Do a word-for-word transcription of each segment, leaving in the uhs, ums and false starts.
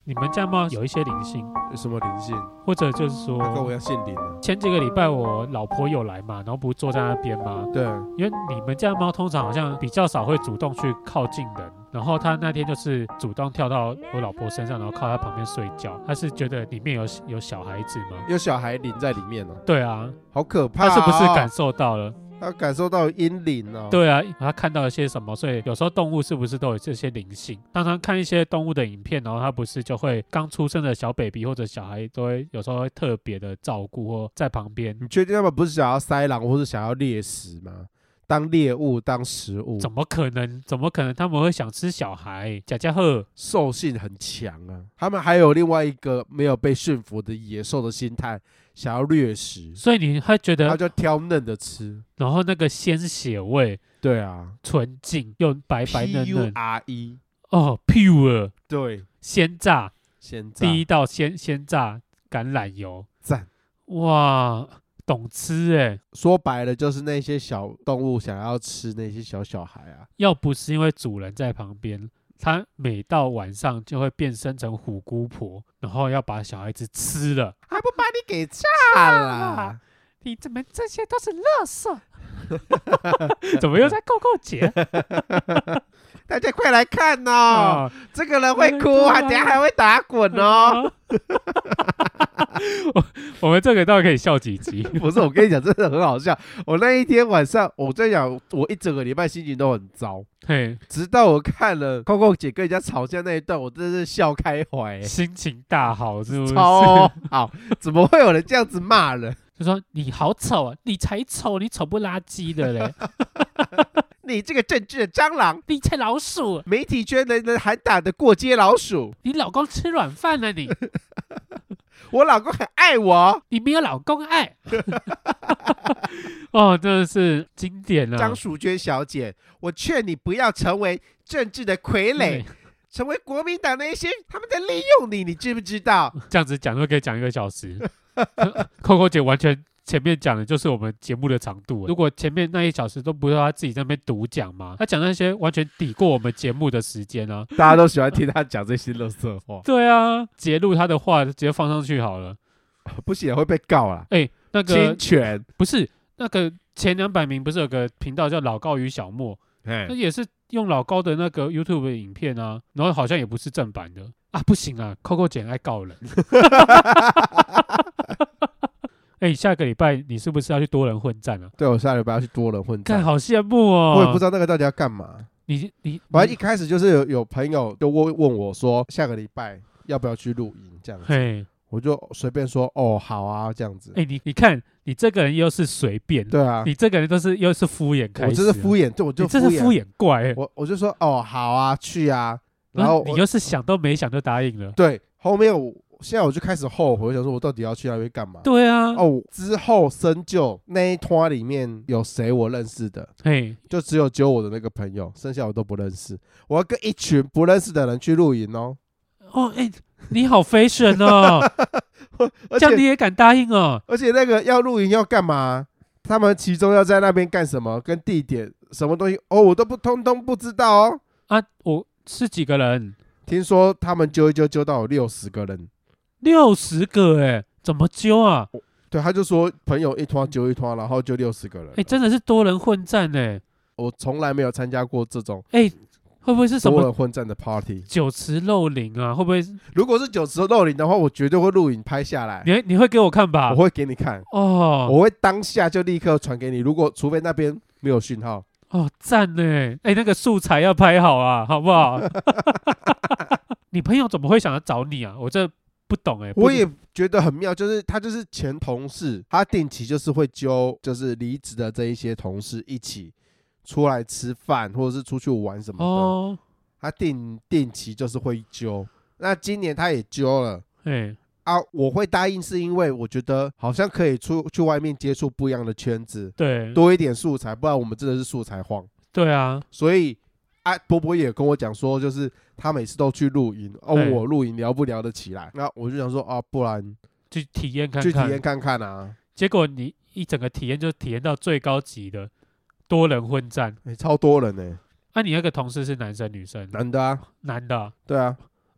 你们家猫有一些灵性， 有什么灵性？ 或者就是说， 它跟我一样姓林啊。 前几个礼拜我老婆有来嘛，然后不是坐在那边吗？ 对， 因为你们家猫通常好像比较少会主动去靠近人，然后它那天就是主动跳到我老婆身上，然后靠她旁边睡觉。它是觉得里面有有小孩子吗？ 有小孩淋在里面哦。 对啊， 好可怕、哦！ 它是不是感受到了？ 他感受到阴灵哦。 对啊，他看到了些什么？所以有时候动物是不是都有这些灵性？常常看一些动物的影片，然后他不是就会刚出生的小 baby 或者小孩都会有时候会特别的照顾或在旁边。 你确定他们不是想要塞狼或是想要猎食吗？当猎物当食物？ 怎么可能？怎么可能他们会想吃小孩？贾家鹤兽性很强啊，他们还有另外一个没有被驯服的野兽的心态，想要掠食， 所以你会觉得他就挑嫩的吃， 然后那个鲜血味， 对啊， 纯净又白白嫩嫩 P U R E 哦 ，pure 对， 鲜榨， 鲜榨第一道鲜鲜榨橄榄油， 赞哇！懂吃哎， 说白了就是那些小动物想要吃那些小小孩啊。 要不是因为主人在旁边，它每到晚上就会变身成虎姑婆，然后要把小孩子吃了， 还不把你给炸了？ 你怎么这些都是垃圾？怎么又在扣扣节？ 大家快来看哦！ 哦这个人会哭，还等下还会打滚哦。 我, 我们这个倒是可以笑几集。 不是，我跟你讲，真的很好笑。我那一天晚上，我在讲，我一整个礼拜心情都很糟。 嘿， 直到我看了 Coco 姐跟人家吵架那一段，我真的是笑开怀、欸， 心情大好，是不是？ 超好！怎么会有人这样子骂人？ 就说你好丑啊，你才丑，你丑不拉几的嘞。 你这个政治的蟑螂， 你才老鼠， 媒体圈人人喊打的过街老鼠， 你老公吃软饭了你。 我老公很爱我， 你没有老公爱。哦，真的是经典啊！ 张淑娟小姐，我劝你不要成为政治的傀儡，成为国民党那些他们在利用你，你知不知道？ 这样子讲都可以讲一个小时。Coco 姐完全前面讲的就是我们节目的长度。如果前面那一小时都不是他自己在那边独讲嘛，他讲那些完全抵过我们节目的时间啊。 大家都喜欢听他讲这些垃圾话。 对啊，截录他的话直接放上去好了。 不行，会被告啦。 哎、欸，那个侵权不是那个前两百名不是有个频道叫老高与小莫，那也是用老高的那个 YouTube 的影片啊，然后好像也不是正版的啊，不行啊 ，Coco 姐爱告人。哎、欸，下个礼拜你是不是要去多人混战啊？ 对，我下礼拜要去多人混战。 看，好羡慕哦！ 我也不知道那个到底要干嘛。 你你， 反正一开始就是有有朋友就问问我说，下个礼拜要不要去露营这样子。 嘿， 我就随便说，哦，好啊，这样子。 哎、欸，你你看，你这个人又是随便， 对啊， 你这个人都是又是敷衍开始， 我这是敷衍，对，我就你这是敷衍怪、欸。 我我就说，哦，好啊，去啊。然后你又是想都没想就答应了。 对，后面我。现在我就开始后悔，我想说，我到底要去那边干嘛？ 对啊， 哦，之后深究那一团里面有谁我认识的，嘿，就只有揪我的那个朋友，剩下我都不认识。我要跟一群不认识的人去露营哦。 哦，哎、欸，你好 fashion 哦，这样你也敢答应哦？ 而且那个要露营要干嘛？他们其中要在那边干什么？跟地点什么东西？哦，我都不通通不知道哦。 啊，我是几个人？ 听说他们揪一揪揪到有六十个人。 六十个哎，怎么揪啊？ 对，他就说朋友一团揪一团，然后就六十个人。 哎、欸，真的是多人混战哎！ 我从来没有参加过这种。 哎、欸，会不会是什么多人混战的 party？ 酒池肉林啊？会不会？ 如果是酒池肉林的话，我绝对会录影拍下来。 你你会给我看吧？ 我会给你看哦，我会当下就立刻传给你。如果除非那边没有讯号。 哦，赞呢！哎、欸，那个素材要拍好啊，好不好？你朋友怎么会想要找你啊？我这。不懂哎、欸， 我也觉得很妙，就是他就是前同事，他定期就是会揪，就是离职的这一些同事一起出来吃饭，或者是出去玩什么的。哦、他定定期就是会揪，那今年他也揪了，哎啊，我会答应是因为我觉得好像可以出去外面接触不一样的圈子，对，多一点素材，不然我们真的是素材荒。 对啊， 所以。啊，波波也跟我讲说，就是他每次都去露营，哦，我露营聊不聊得起来？那我就想说，啊，不然去体验看看， 去体验看看啊。 结果你一整个体验就体验到最高级的多人混战， 欸、超多人呢、欸。 啊，你那个同事是男生女生？ 男的啊， 男的、啊。 对啊。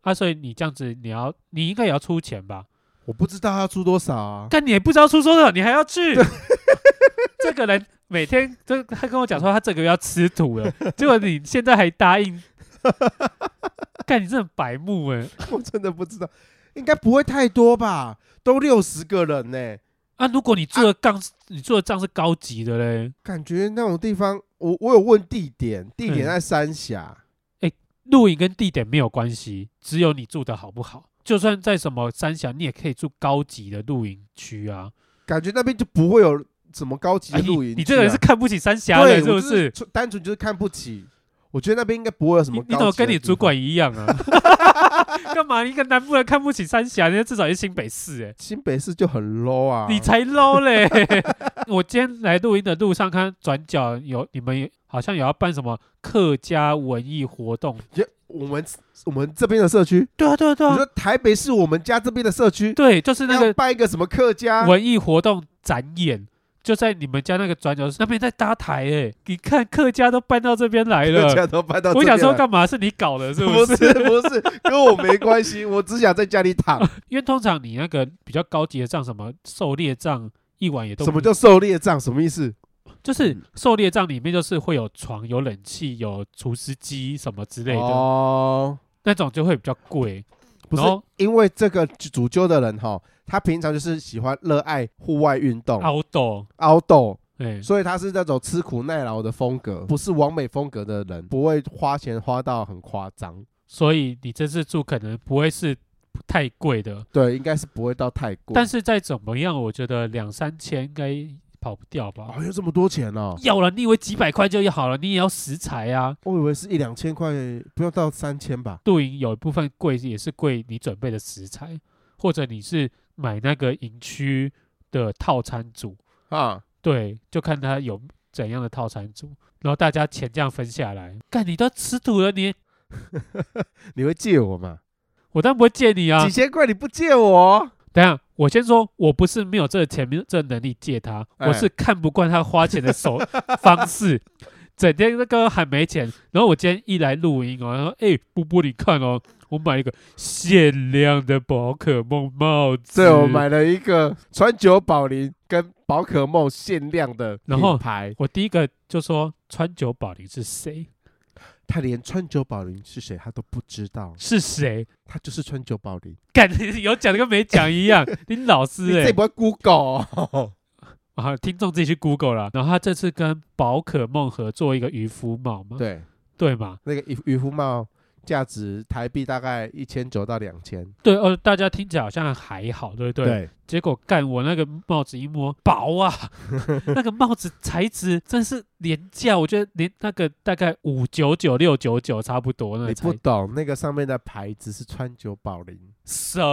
啊，所以你这样子，你要你应该也要出钱吧？ 我不知道他要出多少啊。 但你也不知道出多少，你还要去？这个人每天就他跟我讲说他这个月要吃土了，结果你现在还答应，干你真的白目哎！ 我真的不知道，应该不会太多吧？都六十个人呢、欸。 啊，如果你住的杠、啊，你住的帐是高级的嘞， 感觉那种地方，我我有问地点，地点在三峡。 哎、嗯，露营跟地点没有关系，只有你住的好不好。就算在什么三峡，你也可以住高级的露营区啊。 感觉那边就不会有什么高级的露营、啊哎。 你这个人是看不起三峡的，是不是？ 是单纯就是看不起。我觉得那边应该不会有什么高级的。 你怎么跟你主管一样啊？干嘛？一个南部人看不起三峡，人家至少是新北市哎、欸。 新北市就很 low 啊！ 你才 low 嘞！我今天来录音的路上看转角有你们好像有要办什么客家文艺活动。 我们我们这边的社区， 对啊对啊对啊， 你说台北是我们家这边的社区， 对，就是那个办一个什么客家文艺活动展演，就在你们家那个转角那边在搭台哎、欸，你看客家都搬到这边来了， 客家都搬到这边来了。 我想说干嘛？是你搞的，是不是？ 不是不是，跟我没关系，我只想在家里躺。 因为通常你那个比较高级的帐，什么狩猎帐，一晚也都什么叫狩猎帐？什么意思？ 就是狩猎帐里面就是会有床、有冷气、有除湿机什么之类的。哦。那种就会比较贵， 不是因为这个主揪的人哈，他平常就是喜欢热爱户外运动 ，outdoor outdoor， 对， 所以他是那种吃苦耐劳的风格，不是完美风格的人，不会花钱花到很夸张。 所以你这次住可能不会是太贵的， 对，应该是不会到太贵。 但是再怎么样，我觉得两三千应该跑不掉吧？ 哦，有这么多钱哦！ 要了，你以为几百块就好了？你也要食材啊！ 我以为是一两千块，不用到三千吧？ 露营有一部分贵也是贵你准备的食材，或者你是买那个营区的套餐组啊，对，就看他有怎样的套餐组，然后大家钱这样分下来。干，你都吃土了，你你会借我吗？ 我当然不会借你啊！ 几千块你不借我？ 等一下，我先说，我不是没有这个钱、这个能力借他，欸、我是看不惯他花钱的手方式，整天那个还没钱。然后我今天一来录音哦，然后哎、欸，波波你看哦，我买一个限量的宝可梦帽子。 对，我买了一个川久保玲跟宝可梦限量的品牌。 我第一个就说川久保玲是谁？ 他连川久保玲是谁他都不知道是谁， 他就是川久保玲。 干，有讲跟没讲一样，你老师哎、欸， 你自己不会 Google 哦？ 啊，听众自己去 Google 啦。然后他这次跟宝可梦合作一个渔夫帽嘛， 对对嘛， 那个渔渔夫帽价值台币大概一千九到两千。 对哦，大家听起来好像还好，对不对？对。结果干我那个帽子一摸，薄啊！那个帽子材质真是廉价，我觉得连那个大概五九九六九九差不多那个。 你不懂，那个上面的牌子是川久保玲。 So，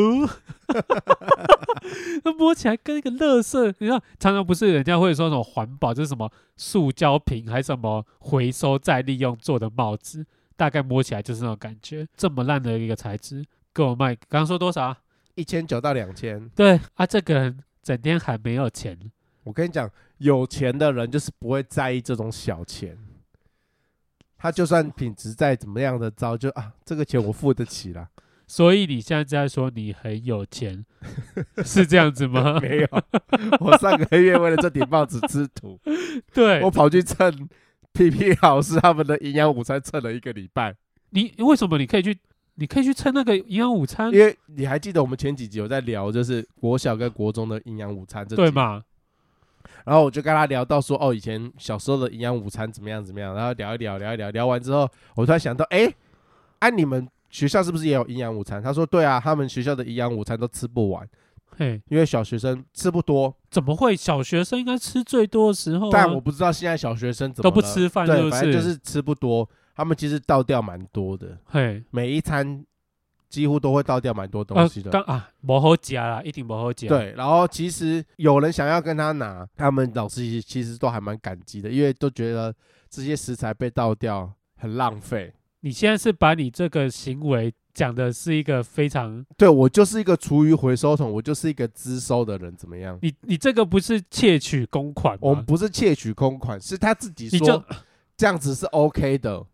它摸起来跟一个垃圾，你知道，常常不是人家会说那种环保，就是什么塑胶瓶还是什么回收再利用做的帽子，大概摸起来就是那种感觉。这么烂的一个材质，给我卖，刚刚说多少啊？ 一千九到两千。 对啊，这个人整天还没有钱。 我跟你讲，有钱的人就是不会在意这种小钱，他就算品质再怎么样的糟，就啊，这个钱我付得起啦。 所以你现在在说你很有钱，是这样子吗？ 没有，我上个月为了这顶帽子吃土， 对， 我跑去蹭P P 老师他们的营养午餐，蹭了一个礼拜。 你为什么你可以去？你可以去蹭那个营养午餐， 因为你还记得我们前几集有在聊，就是国小跟国中的营养午餐这集， 对嘛？ 然后我就跟他聊到说，哦，以前小时候的营养午餐怎么样怎么样，然后聊一聊，聊一聊，聊完之后，我突然想到，哎，哎、啊，你们学校是不是也有营养午餐？他说，对啊，他们学校的营养午餐都吃不完，嘿，因为小学生吃不多。 怎么会？小学生应该吃最多的时候、啊， 但我不知道现在小学生怎么都不吃饭，对， 反正就是吃不多。他们其实倒掉蛮多的，嘿，每一餐几乎都会倒掉蛮多东西的。 呃、啊，不好吃啦，一定不好吃。 对，然后其实有人想要跟他拿，他们老师其实都还蛮感激的，因为都觉得这些食材被倒掉很浪费。 你现在是把你这个行为讲的是一个非常…… 对，我就是一个厨余回收桶，我就是一个资收的人，怎么样？ 你你这个不是窃取公款吗？ 我们不是窃取公款，是他自己说这样子是 OK 的。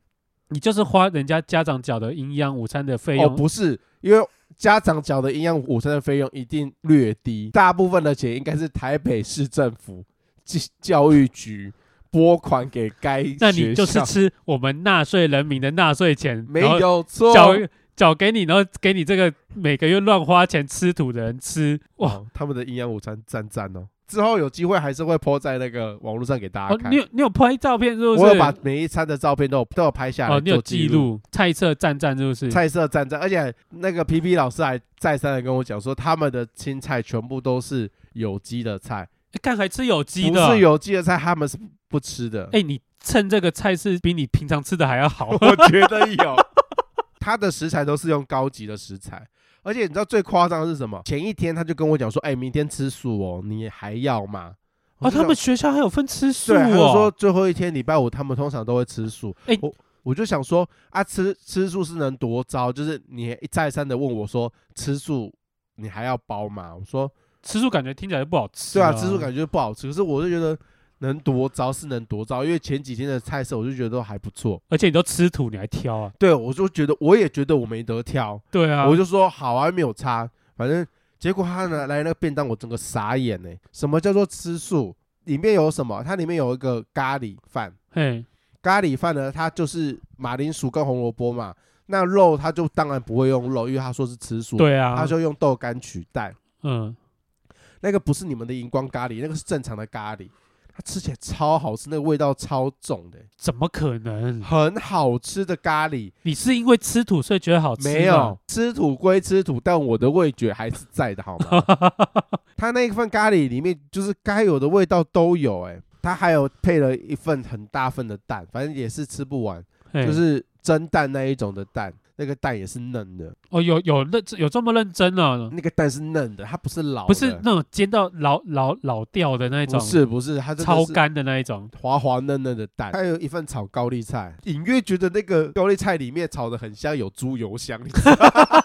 你就是花人家家长缴的营养午餐的费用。 哦，不是，因为家长缴的营养午餐的费用一定略低，大部分的钱应该是台北市政府教育局拨款给该学校。 那你就是吃我们纳税人民的纳税钱， 没有错， 缴缴给你，然后给你这个每个月乱花钱吃土的人吃。哇， 哦、他们的营养午餐赞赞哦！之后有机会还是会 po 在那个网络上给大家看。 哦、你有你有拍照片是不是？ 我有把每一餐的照片都有都有拍下来。 哦，你有记录菜色赞赞是不是？ 菜色赞赞，而且那个 P P 老师还再三的跟我讲说，他们的青菜全部都是有机的菜。 干、欸、还吃有机的？ 不是有机的菜，他们是不吃的。 哎、欸，你趁这个菜是比你平常吃的还要好。 我觉得有，他的食材都是用高级的食材。而且你知道最夸张的是什么？前一天他就跟我讲说：“哎、欸，明天吃素哦，你还要吗？” 哦，他们学校还有分吃素哦。 对，他就说最后一天礼拜五他们通常都会吃素。哎、欸，我我就想说啊，吃吃素是能多糟？就是你一再三的问我说，吃素你还要包吗？我说吃素感觉听起来就不好吃、 啊。对啊，吃素感觉就不好吃。可是我就觉得能多糟是能多糟，因为前几天的菜色我就觉得都还不错。 而且你都吃土，你还挑啊？ 对，我就觉得我也觉得我没得挑。 对啊， 我就说好啊，没有差，反正结果他拿来那个便当，我整个傻眼呢、欸。什么叫做吃素？里面有什么？它里面有一个咖喱饭。 嘿， 咖喱饭呢，它就是马铃薯跟红萝卜嘛。那肉它就当然不会用肉，因为他说是吃素。 对啊， 他就用豆干取代。 嗯， 那个不是你们的荧光咖喱，那个是正常的咖喱。它吃起来超好吃，那个味道超重的、欸。 怎么可能？ 很好吃的咖喱。 你是因为吃土所以觉得好吃吗？ 没有，吃土归吃土，但我的味觉还是在的，好吗？它那一份咖喱里面就是该有的味道都有、欸，哎，它还有配了一份很大份的蛋，反正也是吃不完，就是蒸蛋那一种的蛋。那个蛋也是嫩的哦，有有认有这么认真啊？ 那个蛋是嫩的，它不是老的， 不是那种煎到老老老掉的那一种， 不是不是，它超干的那一种， 滑滑嫩嫩的蛋。还有一份炒高丽菜，隐约觉得那个高丽菜里面炒的很香，有猪油香。你知道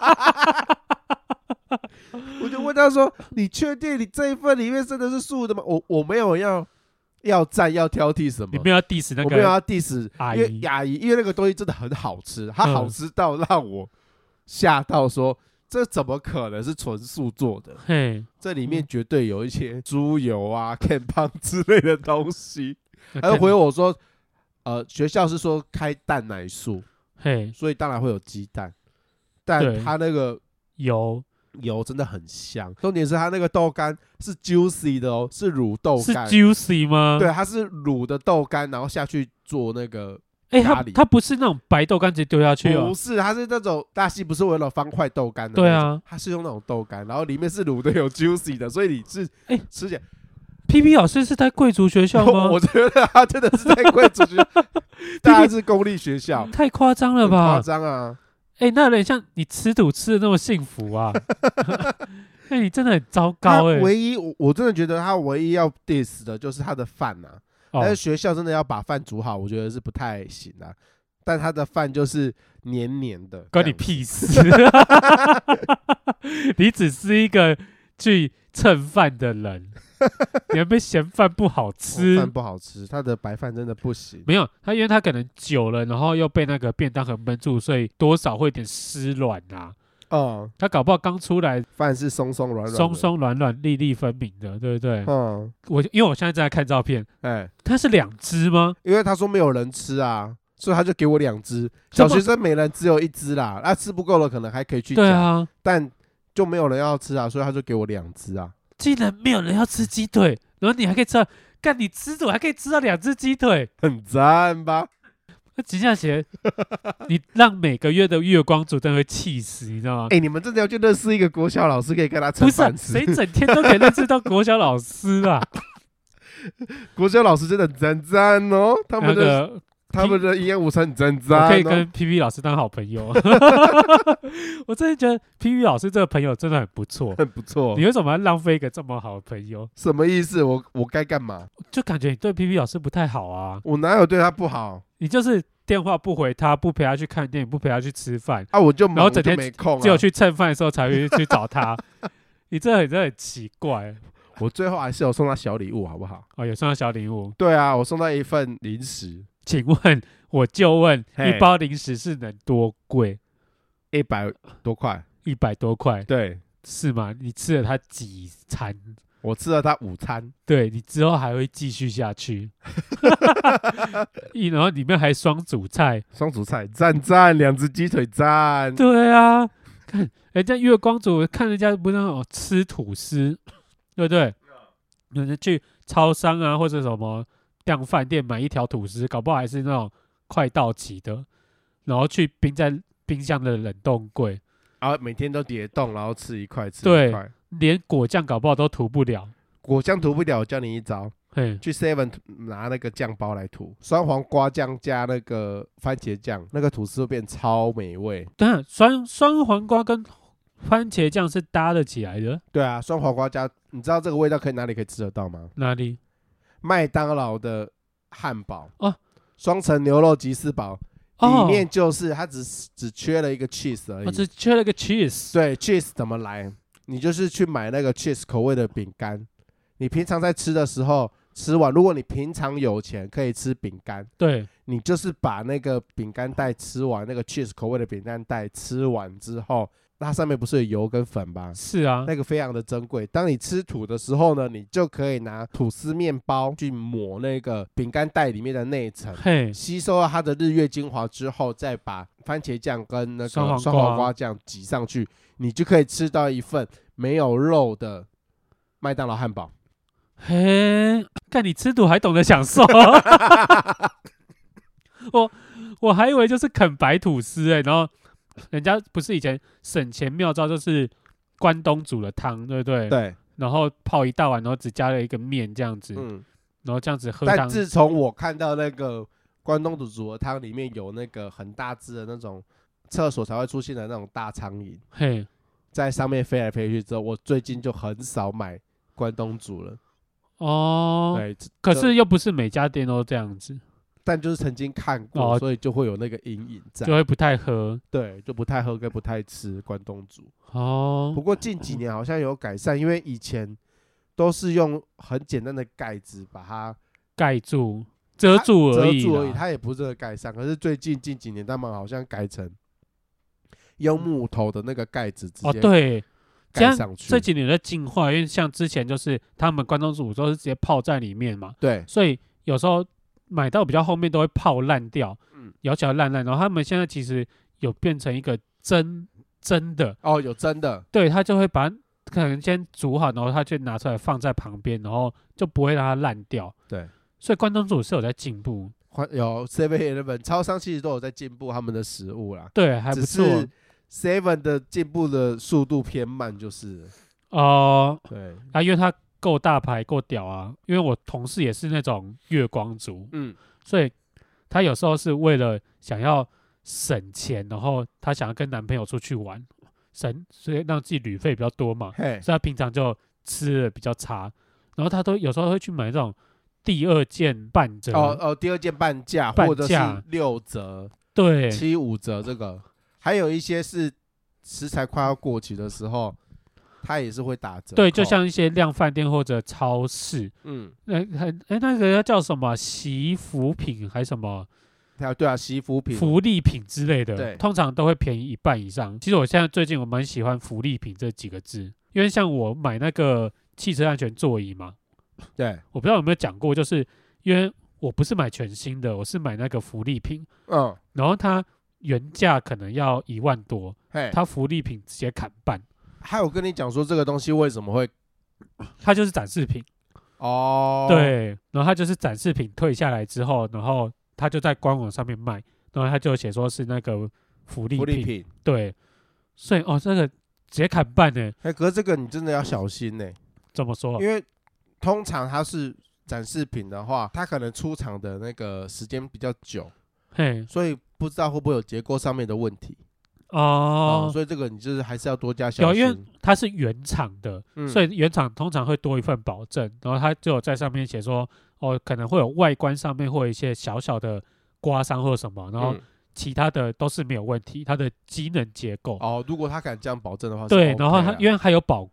我就问他说：“你确定你这一份里面真的是素的吗？”我我没有要。要赞要挑剔什么？ 你没有要 diss 那个， 我没有要 diss 阿姨，阿姨，因为那个东西真的很好吃，它好吃到让我吓到说，说这怎么可能是纯素做的？嘿，这里面绝对有一些猪油啊、Ken 胖之类的东西。他就回我说，呃，学校是说开蛋奶素，嘿，所以当然会有鸡蛋，但它那个油。 油真的很香，重点是它那个豆干是 juicy 的哦，是乳豆干。 是 juicy 吗？ 对，它是乳的豆干，然后下去做那个咖喱。 欸、 它它不是那种白豆干直接丢下去哦， 不是，它是那种大溪不是有那种方块豆干的？ 对啊， 它是用那种豆干，然后里面是乳的，有 juicy 的，所以你是哎、欸、吃起来。 P P 老师是在贵族学校吗？ 我觉得他真的是在贵族学校，大概是公立学校， 太夸张了吧？ 夸张啊！ 哎、欸，那有点像你吃土吃的那么幸福啊！那、欸、你真的很糟糕哎、欸。 唯一我我真的觉得他唯一要 diss 的就是他的饭呐、啊，但是学校真的要把饭煮好，我觉得是不太行啊。但他的饭就是黏黏的， 关你屁事！你只是一个去蹭饭的人。你还被嫌饭不好吃？ 饭、哦、不好吃，他的白饭真的不行。 没有，他因为他可能久了，然后又被那个便当盒闷住，所以多少会有点湿软啊。哦，他搞不好刚出来饭是松松软软、 松松软软、粒粒分明的，对不对？嗯，我因为我现在正在看照片，哎、欸，它是两只吗？ 因为他说没有人吃啊，所以他就给我两只。小学生每人只有一只啦，那、啊、吃不够了可能还可以去夹，对啊，但就没有人要吃啊，所以他就给我两只啊。 既然没有人要吃鸡腿，然后你还可以吃到，干你吃土还可以吃到两只鸡腿， 很赞吧？ 那吉祥鞋，你让每个月的月光族都会气死，你知道吗？ 哎、欸，你们真的要去认识一个国小老师，可以跟他蹭饭吃。 不是，谁整天都可以认识到国小老师啊？ 国小老师真的赞赞哦，他们的。那個他们的营养午餐很赞赞、哦， 我可以跟 P P 老师当好朋友。我真的觉得 P P 老师这个朋友真的很不错， 很不错。 你为什么要浪费一个这么好的朋友？ 什么意思？我我该干嘛？ 就感觉你对 P P 老师不太好啊。 我哪有对他不好？ 你就是电话不回他，不陪他去看电影，不陪他去吃饭啊，我就然后整天没空、啊， 只有去蹭饭的时候才会去找他。你这很真的很奇怪。 我最后还是有送他小礼物，好不好？ 哦，有送他小礼物。 对啊，我送他一份零食。 请问，我就问， 嘿一包零食是能多贵？ 一百多块， 一百多块， 对， 是吗？你吃了它几餐？ 我吃了它午餐， 对，你之后还会继续下去。一然后里面还双主菜， 双主菜，赞赞，两只鸡腿赞。 对啊，看人家月光族，看人家不是那种吃吐司，对不对？有人去超商啊，或者什么量饭店买一条吐司，搞不好还是那种快到期的，然后去冰在冰箱的冷冻柜， 然后每天都叠冻，然后吃一块，吃对一块。 连果酱搞不好都涂不了。 果酱涂不了，我教你一招， 嘿， 去 seven 拿那个酱包来涂，酸黄瓜酱加那个番茄酱，那个吐司会变超美味。 当然酸酸黄瓜跟番茄酱是搭得起来的。 对啊，酸黄瓜加，你知道这个味道可以哪里可以吃得到吗？ 哪里？ 麦当劳的汉堡哦， 双层牛肉吉士堡。 哦里面就是它只只缺了一个 cheese 而已， 我只缺了个 cheese。 对 cheese 怎么来？你就是去买那个 cheese 口味的饼干，你平常在吃的时候吃完，如果你平常有钱可以吃饼干， 对， 你就是把那个饼干袋吃完，那个 cheese 口味的饼干袋吃完之后，它上面不是有油跟粉吗？ 是啊， 那个非常的珍贵。当你吃土的时候呢，你就可以拿吐司面包去抹那个饼干袋里面的内层， 嘿， 吸收了它的日月精华之后，再把番茄酱跟那个酸黄瓜酸黄瓜酱挤上去，你就可以吃到一份没有肉的麦当劳汉堡。 嘿，看你吃土还懂得享受。我我还以为就是啃白吐司哎、欸，然后人家不是以前省钱妙招就是关东煮的汤，对不对？ 对， 然后泡一大碗，然后只加了一个面这样子， 嗯。 然后这样子喝但汤。 自从我看到那个关东煮煮的汤里面有那个很大只的那种厕所才会出现的那种大苍蝇， 嘿， 在上面飞来飞去之后，我最近就很少买关东煮了。 哦， 对， 可是又不是每家店都这样子， 但就是曾经看过， 哦所以就会有那个阴影在， 就会不太喝。 对，就不太喝跟不太吃关东煮。 哦不，过近几年好像有改善，因为以前都是用很简单的盖子把它盖住、遮住而已啦， 遮住而已，它也不是这个盖上。可是最近近几年，他们好像改成用木头的那个盖子直哦， 接对，这样盖上去。 这几年在进化，因为像之前就是他们关东煮都是直接泡在里面嘛， 对， 所以有时候买到比较后面都会泡烂掉， 嗯， 咬起来烂烂。然后他们现在其实有变成一个蒸蒸的， 哦，有真的， 对，他就会把它可能先煮好，然后他就拿出来放在旁边，然后就不会让它烂掉。 对， 所以关东煮是有在进步， 有 Seven Eleven 超商其实都有在进步他们的食物啦， 对，还不只错是 Seven 的进步的速度偏慢，就是了哦、 对， 啊，因为它够大牌够屌啊，因为我同事也是那种月光族， 嗯， 所以他有时候是为了想要省钱，然后他想要跟男朋友出去玩，省所以让自己旅费比较多嘛， 嘿， 所以他平常就吃的比较差，然后他都有时候会去买这种第二件半折， 哦哦，第二件半价半或者是价六折、 对， 七五折，这个还有一些是食材快要过期的时候，它也是会打折扣。 对，就像一些量饭店或者超市， 嗯， 那还哎那个叫什么洗服品还是什么还有对啊，洗服品， 福利品之类的， 对通常都会便宜一半以上。其实我现在最近我蛮喜欢福利品这几个字，因为像我买那个汽车安全座椅嘛， 对， 我不知道有没有讲过，就是因为我不是买全新的，我是买那个福利品， 嗯， 然后它原价可能要一万多， 嘿， 它福利品直接砍半， 还有跟你讲说这个东西为什么会它就是展示品。 哦，， 对，然后它就是展示品退下来之后，然后它就在官网上面卖，然后它就写说是那个福利品， 福利品， 对，所以哦，这个直接砍半呢， 哎，可是这个你真的要小心呢， 怎么说？ 因为通常它是展示品的话，它可能出厂的那个时间比较久， 嘿， 所以不知道会不会有结构上面的问题。 哦， 所以这个你就是还是要多加小有，因为心。 它是原厂的， 嗯所以原厂通常会多一份保证，然后它就有在上面写说，哦，可能会有外观上面会有一些小小的刮伤或什么，然后嗯其他的都是没有问题，它的机能结构。 哦，如果他敢这样保证的话是对， OK 啊， 然后它因为还有保固，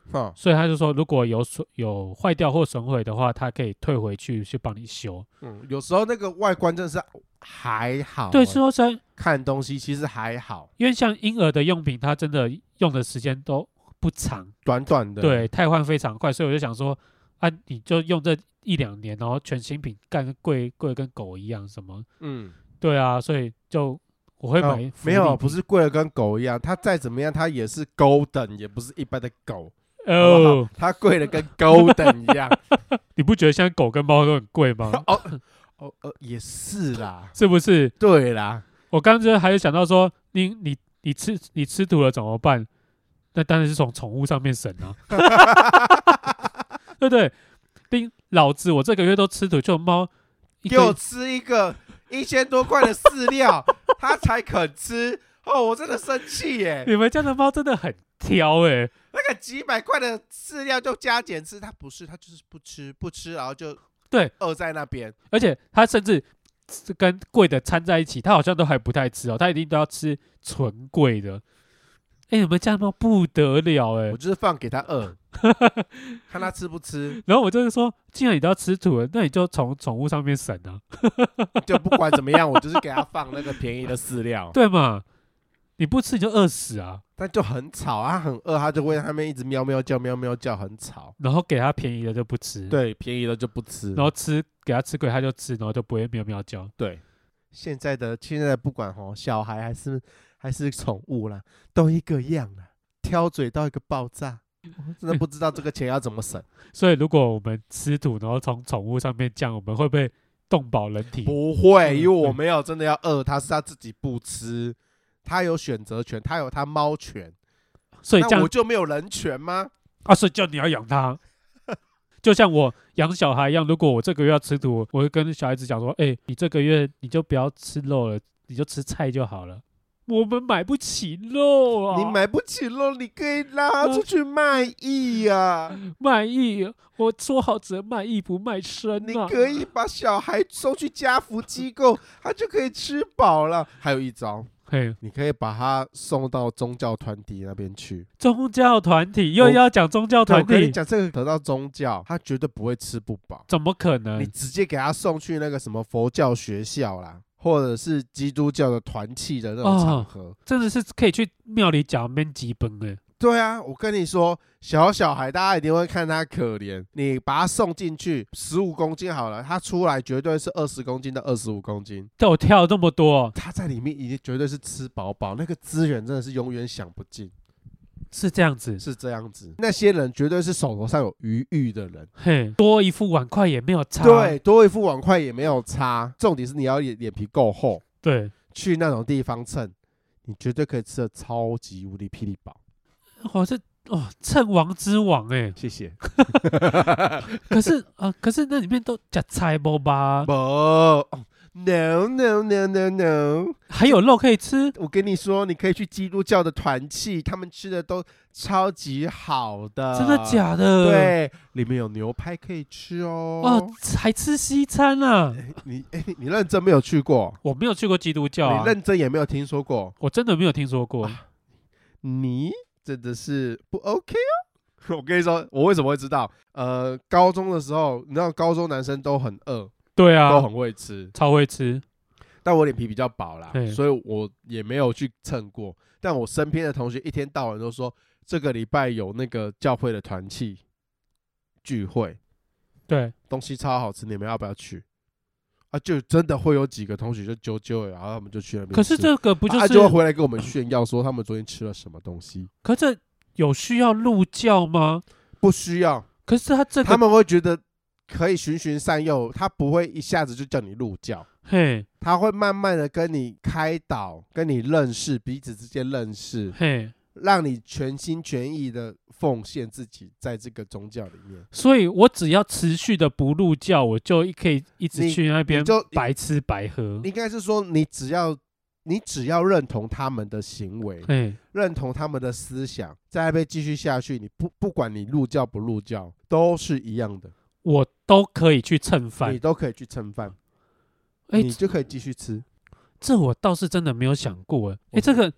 哦， 所以他就说如果有损有坏掉或损毁的话，他可以退回去去帮你修。 嗯，有时候那个外观真的是还好， 对，说实在， 看东西其实还好， 因为像婴儿的用品，它真的用的时间都不长， 短短的， 对，汰换非常快，所以我就想说，啊，你就用这一两年，然后全新品干贵贵跟狗一样，什么？ 嗯， 对啊，所以就我会买、 哦。没有，不是贵的跟狗一样，它再怎么样，它也是 golden， 也不是一般的狗。哦，它贵的跟 golden 一样。 你不觉得现在狗跟猫都很贵吗？ 哦哦呃，也是啦， 是不是？对啦， 我刚刚还有想到说，你你你吃你吃土了怎么办？那当然是从宠物上面省啊，对不对？丁老子我这个月都吃土，就猫给我吃一个一千多块的饲料，它才肯吃。哦，我真的生气耶！ 你们家的猫真的很挑哎、欸， 那个几百块的饲料就加减吃，它不是，它就是不吃不吃，然后就对饿在那边， 而且它甚至跟贵的掺在一起，它好像都还不太吃哦，它一定都要吃纯贵的。哎、欸，你们家的猫不得了哎、欸！ 我就是放给它饿，看它吃不吃。 然后我就是说，既然你都要吃土了，那你就从宠物上面省啊。 就不管怎么样，我就是给它放那个便宜的饲料， 对嘛？你不吃你就饿死啊！ 但就很吵，它很饿，它就会在那边一直喵喵叫，喵喵叫，很吵。 然后给它便宜的就不吃， 对，便宜的就不吃， 然后吃给它吃贵它就吃，然后就不会喵喵叫。 对，现在的现在的不管吼，小孩还是还是宠物啦，都一个样啦，挑嘴到一个爆炸。我真的不知道这个钱要怎么省。 所以如果我们吃土，然后从宠物上面降，我们会不会动保人体？ 不会，因为我没有真的要饿它，是它自己不吃。他有选择权，他有他猫权， 所以这样那我就没有人权吗？ 啊，所以叫你要养它，就像我养小孩一样。如果我这个月要吃土，我会跟小孩子讲说：“哎、欸，你这个月你就不要吃肉了，你就吃菜就好了。”我们买不起肉啊！ 你买不起肉，你可以拉他出去卖艺啊！ 卖艺，我说好只能卖艺不卖身啊！ 你可以把小孩送去家福机构，他就可以吃饱了。还有一招。 嘿， 你可以把他送到宗教团体那边去。 宗教团体又要讲宗教团体， 我跟你讲，这个得到宗教，他绝对不会吃不饱。 怎么可能？ 你直接给他送去那个什么佛教学校啦，或者是基督教的团契的那种场合， 哦、真的是可以去庙里讲面基本哎。 对啊，我跟你说，小小孩大家一定会看他可怜，你把他送进去十五公斤好了，他出来绝对是二十公斤到二十五公斤。 对，我跳这么多， 他在里面已经绝对是吃饱饱，那个资源真的是永远享不尽。 是这样子， 是这样子。那些人绝对是手头上有余裕的人， 嘿，多一副碗筷也没有差， 对，多一副碗筷也没有差。重点是你要脸脸皮够厚， 对， 去那种地方蹭，你绝对可以吃的超级无敌霹雳饱。 哦，这哦，称王之王哎， 谢谢。 可是啊、呃，可是那里面都加菜不吧？ 不、哦、，no no no no no， 还有肉可以吃。 我跟你说，你可以去基督教的团契，他们吃的都超级好的。 真的假的？ 对，里面有牛排可以吃哦。 哦，还吃西餐啊？ 欸、你哎、欸，你认真没有去过？ 我没有去过基督教、啊， 你认真也没有听说过？ 我真的没有听说过。 啊、你。真的是不 OK 哦！我跟你说，我为什么会知道？呃，高中的时候，你知道高中男生都很饿， 对啊， 都很会吃， 超会吃。 但我脸皮比较薄啦，所以我也没有去蹭过。但我身边的同学一天到晚都说，这个礼拜有那个教会的团契聚会， 对， 东西超好吃，你们要不要去？啊，就真的会有几个同学就揪揪，然后他们就去那边吃。 可是这个不就是、 啊、就会回来跟我们炫耀说他们昨天吃了什么东西？ 可这有需要入教吗？ 不需要。 可是他这个他们会觉得可以循循善诱，他不会一下子就叫你入教， 嘿， 他会慢慢的跟你开导，跟你认识，彼此之间认识， 嘿， 让你全心全意的奉献自己在这个宗教里面。 所以我只要持续的不入教，我就可以一直去那边白吃白喝。 应该是说，你只要你只要认同他们的行为，认同他们的思想，在那边继续下去，你不不管你入教不入教，都是一样的， 我都可以去蹭饭， 你都可以去蹭饭， 欸、 你就可以继续吃。 这我倒是真的没有想过，哎、欸，这个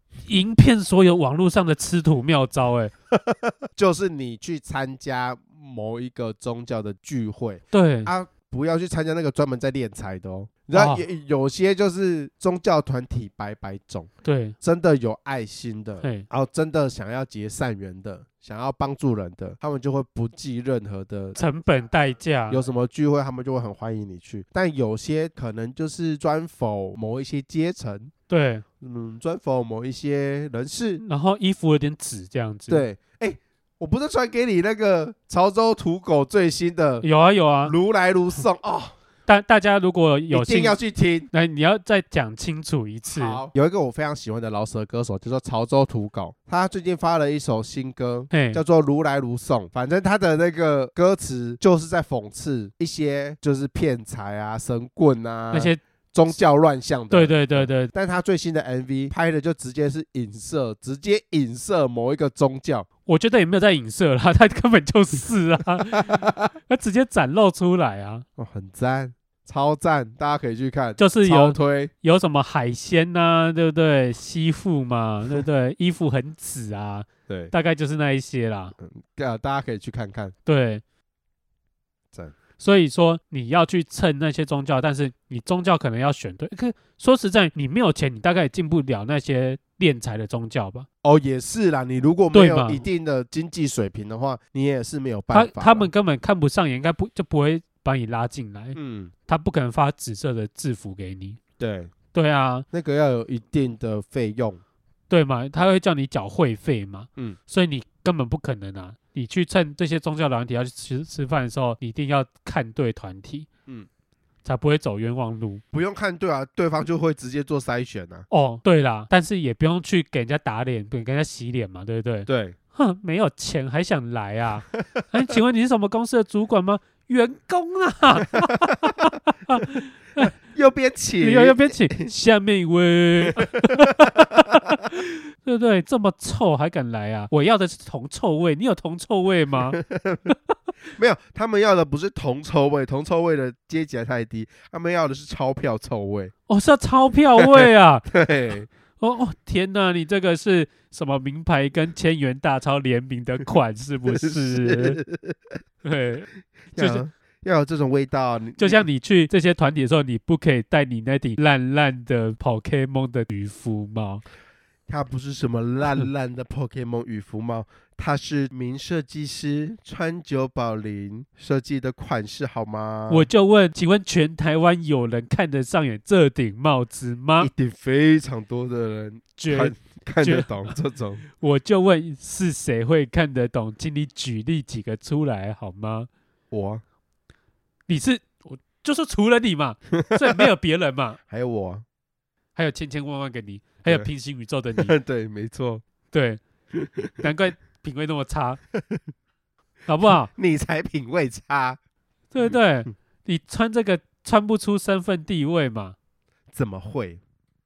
赢遍所有网络上的吃土妙招、欸，哎， 就是你去参加某一个宗教的聚会， 对啊，不要去参加那个专门在敛财的哦。你知道、哦、有, 有些就是宗教团体百百种， 对， 真的有爱心的，然后真的想要结善缘的，想要帮助人的，他们就会不计任何的成本代价， 有什么聚会他们就会很欢迎你去。但有些可能就是专否某一些阶层， 对， 嗯，专否某一些人士， 然后衣服有点纸这样子， 对，哎、欸，我不是传给你那个潮州土狗最新的， 有啊有啊， 如来如送哦。 大大家如果有一定要去听， 那你要再讲清楚一次。 好，有一个我非常喜欢的饶舌歌手，叫做潮州土狗，他最近发了一首新歌，叫做《如来如送》。反正他的那个歌词就是在讽刺一些就是骗财啊、神棍啊那些宗教乱象的。 对对对对。 但他最新的 M V 拍的就直接是影射，直接影射某一个宗教。 我觉得也没有在影射啦，他根本就是啊，他直接展露出来啊， 哦，很赞。超赞，大家可以去看， 就是有推有什么海鲜呐、啊，对不对？西服嘛，对不对？衣服很紫啊， 对， 大概就是那一些啦。 嗯，大家可以去看看。 对， 赞。 所以说你要去蹭那些宗教，但是你宗教可能要选对。可说实在，你没有钱，你大概也进不了那些敛财的宗教吧？ 哦，也是啦。你如果没有一定的经济水平的话，你也是没有办法。 他他们根本看不上眼，应该不就不会把你拉进来。 嗯， 他不可能发紫色的制服给你。 对对啊， 那个要有一定的费用， 对嘛？他会叫你缴会费嘛。 嗯， 所以你根本不可能啊。你去蹭这些宗教团体要去吃吃饭的时候，你一定要看对团体，嗯，才不会走冤枉路。 不用看对啊，对方就会直接做筛选啊。 哦，对啦，但是也不用去给人家打脸，给人家洗脸嘛，对不对？ 对， 哼，没有钱还想来啊？哎，请问你是什么公司的主管吗？员工啊， 右边请， 右边请，下面一位，对不对？这么臭还敢来啊？我要的是铜臭味，你有铜臭味吗？ 没有，他们要的不是铜臭味，铜臭味的阶级还太低，他们要的是钞票臭味。 哦，是要钞票味啊？ 对。 哦哦，天哪！你这个是什么名牌跟千元大钞联名的款是不是？是对， 就是要有这种味道。 就像你去这些团体的时候，你不可以戴你那顶烂烂的 Pokemon 的渔夫帽。 它不是什么烂烂的 Pokemon 渔夫帽，它是名设计师川久保玲设计的款式，好吗？ 我就问，请问全台湾有人看得上眼这顶帽子吗？ 一定非常多的人看看得懂这种。 我就问，是谁会看得懂？请你举例几个出来好吗？ 我、啊， 你是我，就是除了你嘛，所以没有别人嘛。 还有我、啊， 还有千千万万个你。还有平行宇宙的你， 对，没错， 对，难怪品味那么差，好不好？ 你才品味差， 对不对？你穿这个穿不出身份地位嘛？ 怎么会？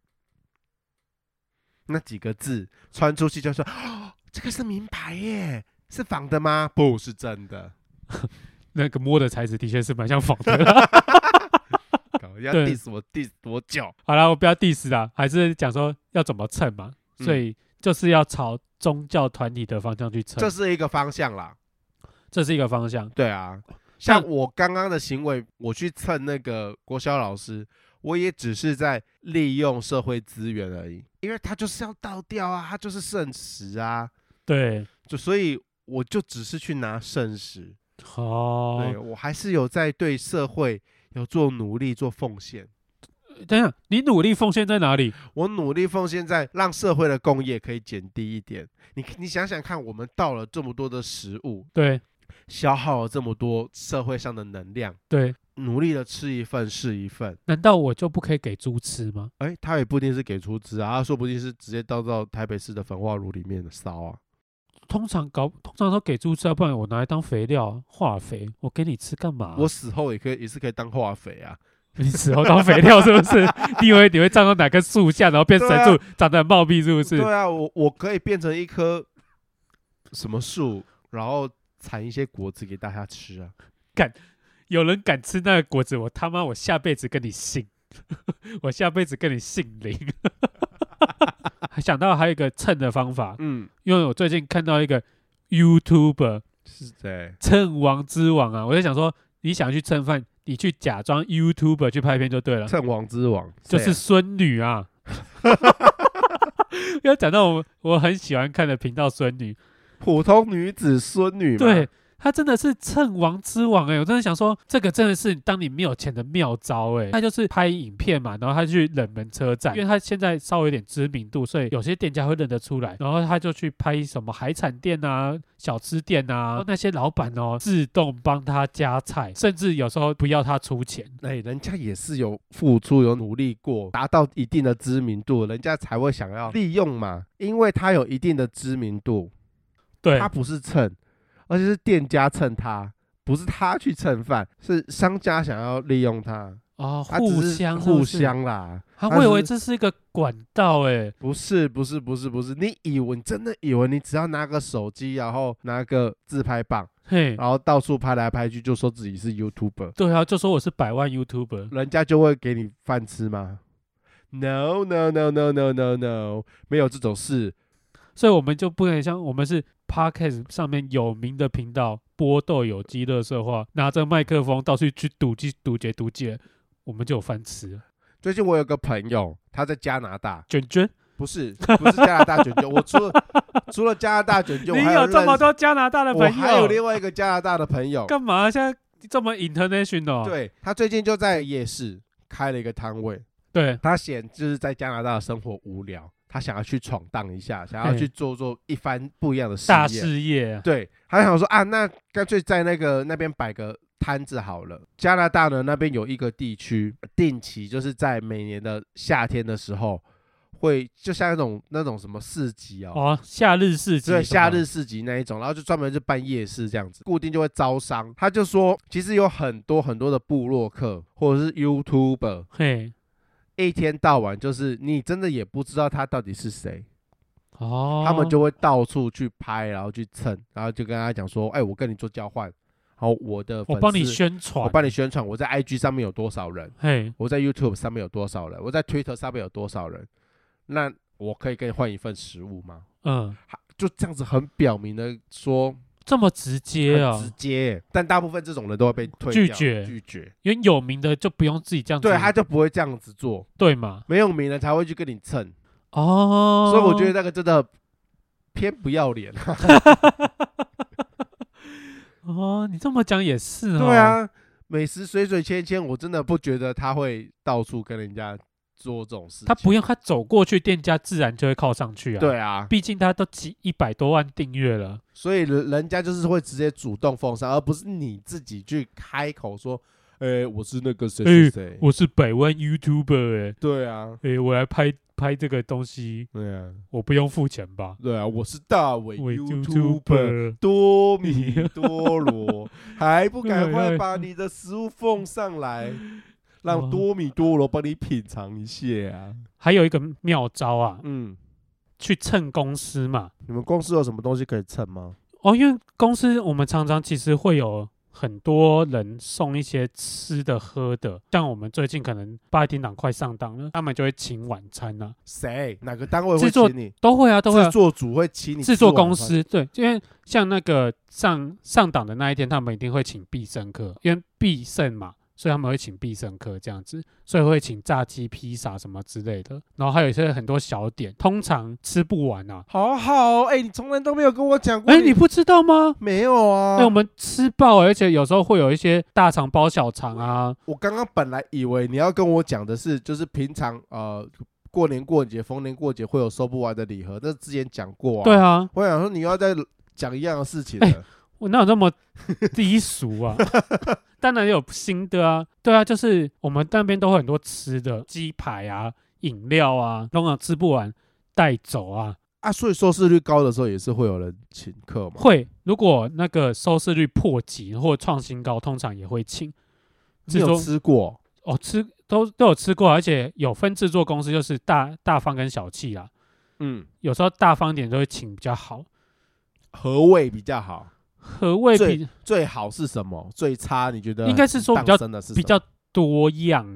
那几个字穿出去就说，哦，这个是名牌耶，是仿的吗？不是真的， 那个摸的材质的确是蛮像仿的。 要 diss 我 diss 多久？ 好啦，我不要 diss 啦，还是讲说要怎么蹭嘛，嗯、所以就是要朝宗教团体的方向去蹭， 这是一个方向啦， 这是一个方向。 对啊，像我刚刚的行为，我去蹭那个国小老师，我也只是在利用社会资源而已，因为他就是要倒掉啊，他就是圣食啊， 对， 就所以我就只是去拿圣食。 哦， 对，我还是有在对社会有做努力做奉献。 等一下，你努力奉献在哪里？ 我努力奉献在让社会的工业可以减低一点。你你想想看，我们倒了这么多的食物， 对， 消耗了这么多社会上的能量， 对， 努力的吃一份是一份。 难道我就不可以给猪吃吗？ 哎，他也不一定是给出资啊，他说不定是直接倒到台北市的焚化炉里面的烧啊。 通常搞通常都给猪吃啊，不然我拿来当肥料、啊、化肥，我给你吃干嘛、啊？ 我死后也可以也是可以当化肥啊。 你死后当肥料是不是？你以为你会站到哪棵树下，然后变神树，啊、长得很茂密是不是？ 对啊，我我可以变成一棵什么树，然后产一些果子给大家吃啊。 敢有人敢吃那个果子，我他妈我下辈子跟你姓，我下辈子跟你姓林。 想到还有一个蹭的方法， 嗯， 因为我最近看到一个 YouTuber 是谁？ 蹭王之王啊，我就想说，你想去蹭饭，你去假装 YouTuber 去拍片就对了。 蹭王之王就是孙女啊。要讲到我我很喜欢看的频道孙女， 普通女子孙女嘛。 对，他真的是蹭王之王哎、欸！我真的想说，这个真的是当你没有钱的妙招哎、欸！他就是拍影片嘛，然后他去冷门车站，因为他现在稍微有点知名度，所以有些店家会认得出来，然后他就去拍什么海产店啊、小吃店啊，那些老板哦自动帮他加菜，甚至有时候不要他出钱。 哎、欸，人家也是有付出、有努力过，达到一定的知名度，人家才会想要利用嘛，因为他有一定的知名度， 对， 他不是蹭。而且是店家蹭他，不是他去蹭饭，是商家想要利用他。 哦，互相是是互相啦。 啊，我以为这是一个管道哎、欸， 不是不是不是不是，你以为你真的以为你只要拿个手机，然后拿个自拍棒， 嘿， 然后到处拍来拍去，就说自己是 YouTuber， 对啊，就说我是百万 YouTuber， 人家就会给你饭吃吗 ？No No No No No No No， 没有这种事。 所以我们就不能像我们是 Podcast 上面有名的频道，波豆有机垃圾话，拿着麦克风到处去堵击、堵截、堵截，我们就有饭吃了。 最近我有个朋友，他在加拿大， 卷卷不是不是加拿大卷卷，我除了除了加拿大卷卷， 你有这么多加拿大的朋友， 我还有另外一个加拿大的朋友， 干嘛现在这么 international？ 对，他最近就在夜市开了一个摊位， 对， 他嫌就是在加拿大的生活无聊。他想要去闯荡一下，想要去做做一番不一样的事业， 大事业、啊。 对，他想说啊，那干脆在那个那边摆个摊子好了。加拿大呢那边有一个地区，定期就是在每年的夏天的时候，会就像那种那种什么市集哦， 哦，夏日市集， 对，夏日市集那一种，然后就专门就办夜市这样子，固定就会招商。他就说，其实有很多很多的部落客或者是 YouTuber， 嘿。 一天到晚就是你真的也不知道他到底是谁， 哦， 他们就会到处去拍，然后去蹭，然后就跟他讲说，哎、欸，我跟你做交换，然后我的粉丝我帮你宣传， 我帮你宣传，我在 I G 上面有多少人， 嘿， 我在 YouTube 上面有多少人，我在 Twitter 上面有多少人，那我可以跟你换一份食物吗？ 嗯， 就这样子很表明的说。 这么直接啊、 哦，直接，但大部分这种人都会被退拒绝， 拒绝， 因为有名的就不用自己这样子， 对，他就不会这样子做， 对嘛？ 没有名的才会去跟你蹭， 哦， 所以我觉得那个真的偏不要脸。 哦，你这么讲也是哦， 对啊，美食水水芊芊，我真的不觉得他会到处跟人家做这种事情， 他不用，他走过去，店家自然就会靠上去啊。 对啊， 毕竟他都几一百多万订阅了， 所以人家就是会直接主动奉上，而不是你自己去开口说，哎、欸，我是那个谁谁谁， 我是百万 YouTuber 哎、欸， 对啊， 哎、欸，我来拍拍这个东西， 对啊， 我不用付钱吧？ 对啊，我是大伟 YouTuber 多米多罗，还不赶快把你的食物奉上来？让多米多罗帮你品尝一下啊！ 还有一个妙招啊， 嗯， 去蹭公司嘛。 你们公司有什么东西可以蹭吗？ 哦，因为公司我们常常其实会有很多人送一些吃的喝的，像我们最近可能八点档快上档了，他们就会请晚餐啊。 谁？哪个单位会请你？ 都会啊，都会、啊。 制作组会请你。 制作公司对，因为像那个上上档的那一天，他们一定会请必胜客，因为必胜嘛。所以他们会请必胜客这样子，所以会请炸鸡、披萨什么之类的，然后还有一些很多小点，通常吃不完啊。 好好，哎、欸，你从来都没有跟我讲过。 哎、欸，你不知道吗？ 没有啊。 哎、欸，我们吃爆，而且有时候会有一些大肠包小肠啊。 我刚刚本来以为你要跟我讲的是，就是平常呃过年过节、逢年过节会有收不完的礼盒，那之前讲过啊。 对啊。 我想说你要再讲一样的事情了。欸我哪有那么低俗啊？当然有新的啊，对啊，就是我们那边都会很多吃的，鸡排啊、饮料啊，通常吃不完带走啊。 啊，所以收视率高的时候也是会有人请客嘛？ 会，如果那个收视率破级或创新高，通常也会请。 你有吃过？ 哦，吃都都有吃过，而且有分制作公司，就是大大方跟小气啦。嗯，有时候大方点都会请比较好。 何谓比较好？ 何谓比最, 最好是什么？最差你觉得？ 应该是说比较比较多样啊。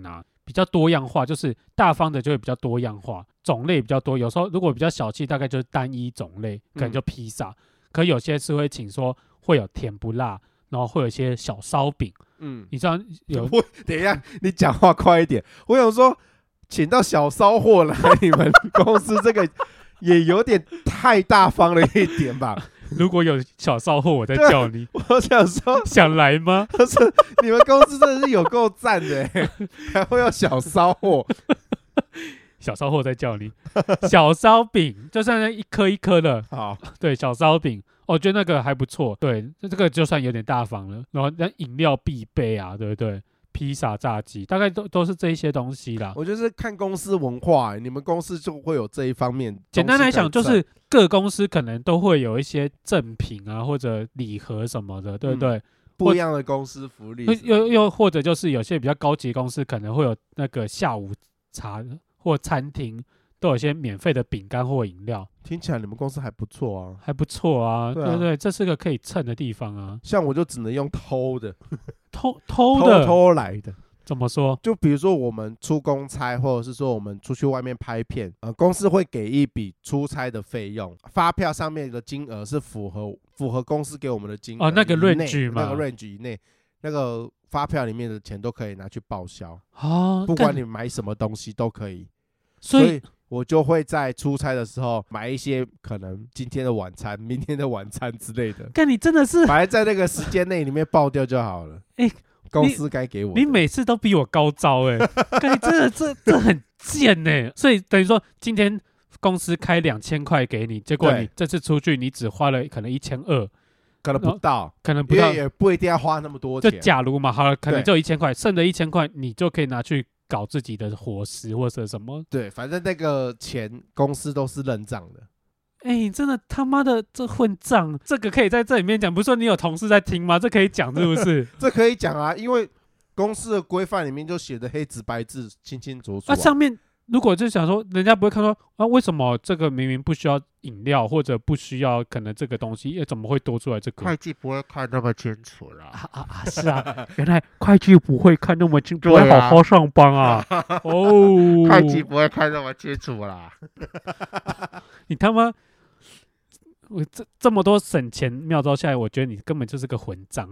比较多样化，就是大方的就会比较多样化，种类比较多。有时候如果比较小气，大概就是单一种类，可能就披萨。嗯、可有些是会请说会有甜不辣，然后会有一些小烧饼。嗯，你知道有？ 等一下，你讲话快一点。我想说，请到小烧货来你们公司，这个也有点太大方了一点吧？ 如果有小烧货，我再叫你。 我想说， 想来吗？ 不是，你们公司真的是有够赞的，还会有小烧货。 小烧货再叫你。小烧饼，就算一颗一颗的。 好， 对，小烧饼，我觉得那个还不错。对，这个就算有点大方了。然后那饮料必备啊，对不对？披萨、炸鸡，大概都都是这一些东西啦。 我就是看公司文化，你们公司就会有这一方面。 简单来讲，就是各公司可能都会有一些赠品啊，或者礼盒什么的，对不对？嗯、 不一样的公司福利。 又又或者就是有些比较高级的公司可能会有那个下午茶或餐厅都有一些免费的饼干或饮料。 听起来你们公司还不错啊， 还不错啊，对, 啊对对，这是个可以蹭的地方啊。 像我就只能用偷的。 偷偷的偷偷来的， 怎么说？ 就比如说我们出公差，或者是说我们出去外面拍片，呃，公司会给一笔出差的费用，发票上面的金额是符合符合公司给我们的金额哦， 那个 range 嘛， 那个 range 以内，那个发票里面的钱都可以拿去报销哦，不管你买什么东西都可以，所以。所以我就会在出差的时候买一些可能今天的晚餐、明天的晚餐之类的。 看你真的是， 反正在那个时间内里面爆掉就好了。哎、欸，公司该给我的。 你每次都比我高招哎、欸，看你真的这这很贱哎、欸。所以等于说今天公司开两千块给你，结果你这次出去你只花了可能一千二， 可能不到， 可能不到， 也不一定要花那么多钱。 就假如嘛，好了，可能就一千块，剩的一千块你就可以拿去。搞自己的伙食或者什么， 对，反正那个钱公司都是认账的。 哎、欸，你真的他妈的这混账，这个可以在这里面讲，不是说你有同事在听吗？这可以讲是不是？ 这可以讲啊，因为公司的规范里面就写的黑纸白字，清清楚楚、啊。 那、啊、上面如果就想说，人家不会看说啊，为什么这个明明不需要饮料或者不需要，可能这个东西，怎么会多出来这个？ 会计不会看那么清楚啦。 啊啊啊！是啊，原来会计不会看那么清楚，不会好好上班啊。哦， 会计不会看那么清楚啦。 你他妈！我这这么多省钱妙招下来，我觉得你根本就是个混账。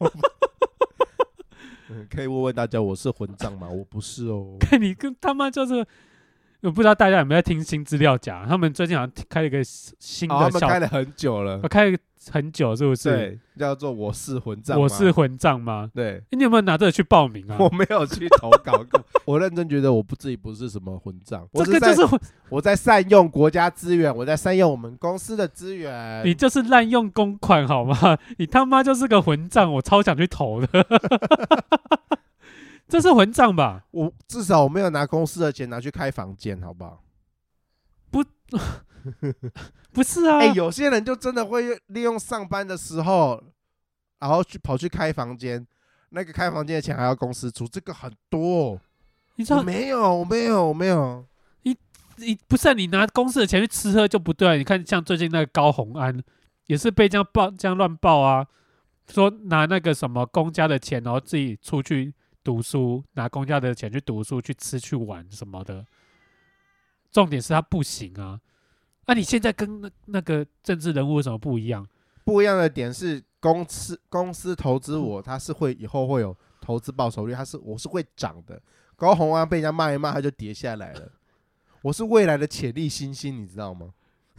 嗯、可以问问大家，我是混账吗？我不是哦。 看你跟他妈就是，我不知道大家有没有在听新资料夹，他们最近好像开了一个新的、哦， 他们开了很久了， 我开了很久是不是？ 对，叫做我是混账， 我是混账吗？ 对、 欸，你有没有拿这个去报名啊？ 我没有去投稿过，我认真觉得我不自己不是什么混账， 这个就是混， 我在善用国家资源，我在善用我们公司的资源， 你就是滥用公款好吗？你他妈就是个混账，我超想去投的。这是混账吧？ 我至少我没有拿公司的钱拿去开房间，好不好？ 不，不是啊。 哎、欸，有些人就真的会利用上班的时候，然后去跑去开房间，那个开房间的钱还要公司出，这个很多、哦。 你知道？ 我没有，我没有，我没有。 你你不是、啊、你拿公司的钱去吃喝就不对、啊。你看，像最近那个高虹安也是被这样报这样乱报啊，说拿那个什么公家的钱，然后自己出去。读书拿公家的钱去读书去吃去玩什么的，重点是他不行啊！啊，你现在跟 那, 那个政治人物有什么不一样？ 不一样的点是公司公司投资我，它是会以后会有投资报酬率，它是我是会涨的。高虹安被人家骂一骂，它就跌下来了。我是未来的潜力新星，你知道吗？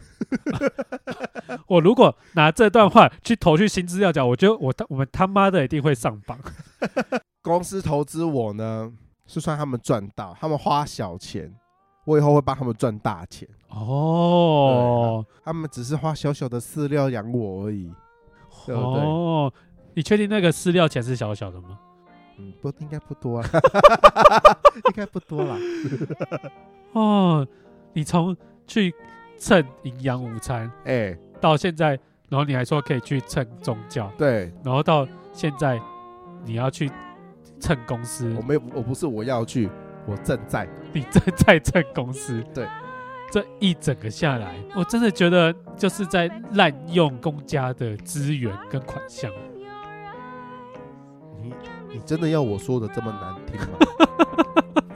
我如果拿这段话去投去新资料夹，我觉得我我们他妈的一定会上榜。 公司投资我呢，是算他们赚到，他们花小钱，我以后会帮他们赚大钱。 哦， 他们只是花小小的饲料养我而已，对不对？ 哦，你确定那个饲料钱是小小的吗？ 嗯，不，应该不多啊，应该不多啦。 哦，你从去蹭营养午餐，哎、欸，到现在，然后你还说可以去蹭宗教， 对， 然后到现在你要去蹭公司， 我没有，我不是我要去，我正在， 你正在蹭公司， 对， 这一整个下来，我真的觉得就是在滥用公家的资源跟款项。 你你真的要我说的这么难听吗？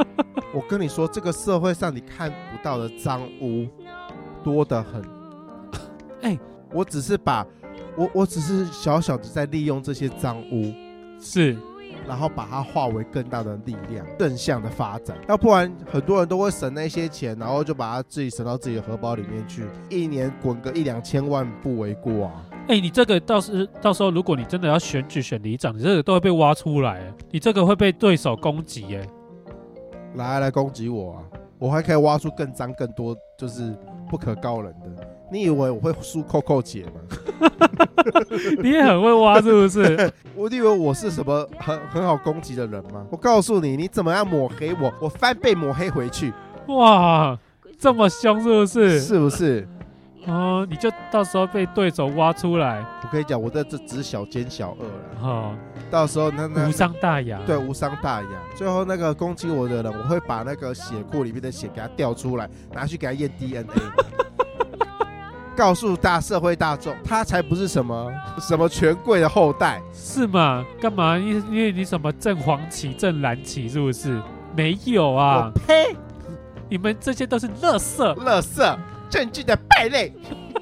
我跟你说，这个社会上你看不到的脏污多得很。 哎、欸， 我只是把我我只是小小的在利用这些脏污， 是， 然后把它化为更大的力量，正向的发展。要不然很多人都会省那些钱，然后就把它自己省到自己的荷包里面去，一年滚个一两千万不为过啊。 哎、欸，你这个到时到时候，如果你真的要选举选里长，你这个都会被挖出来，你这个会被对手攻击耶。 来来攻击我啊！我还可以挖出更脏更多，就是不可告人的。你以为我会输扣扣姐吗？ 你也很会挖是不是？ 我以为我是什么很很好攻击的人吗？我告诉你，你怎么样抹黑我，我翻倍抹黑回去。 哇，这么凶是不是？ 是不是？ 哦，你就到时候被对手挖出来。 我跟你讲，我的这只是小奸小恶了。 哦， 到时候那那无伤大雅。 对，无伤大雅。最后那个攻击我的人，我会把那个血库里面的血给他调出来，拿去给他验 D N A， 告诉大社会大众，他才不是什么什么权贵的后代， 是吗？干嘛？因因为你什么正黄旗、正蓝旗是不是？没有啊！ 我呸！ 你们这些都是垃圾， 垃圾。政治的败类。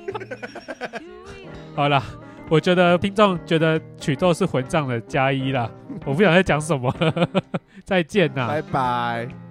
好啦，我觉得听众觉得曲豆是混账的加一啦，我不想再讲什么了，再见啦， 拜拜。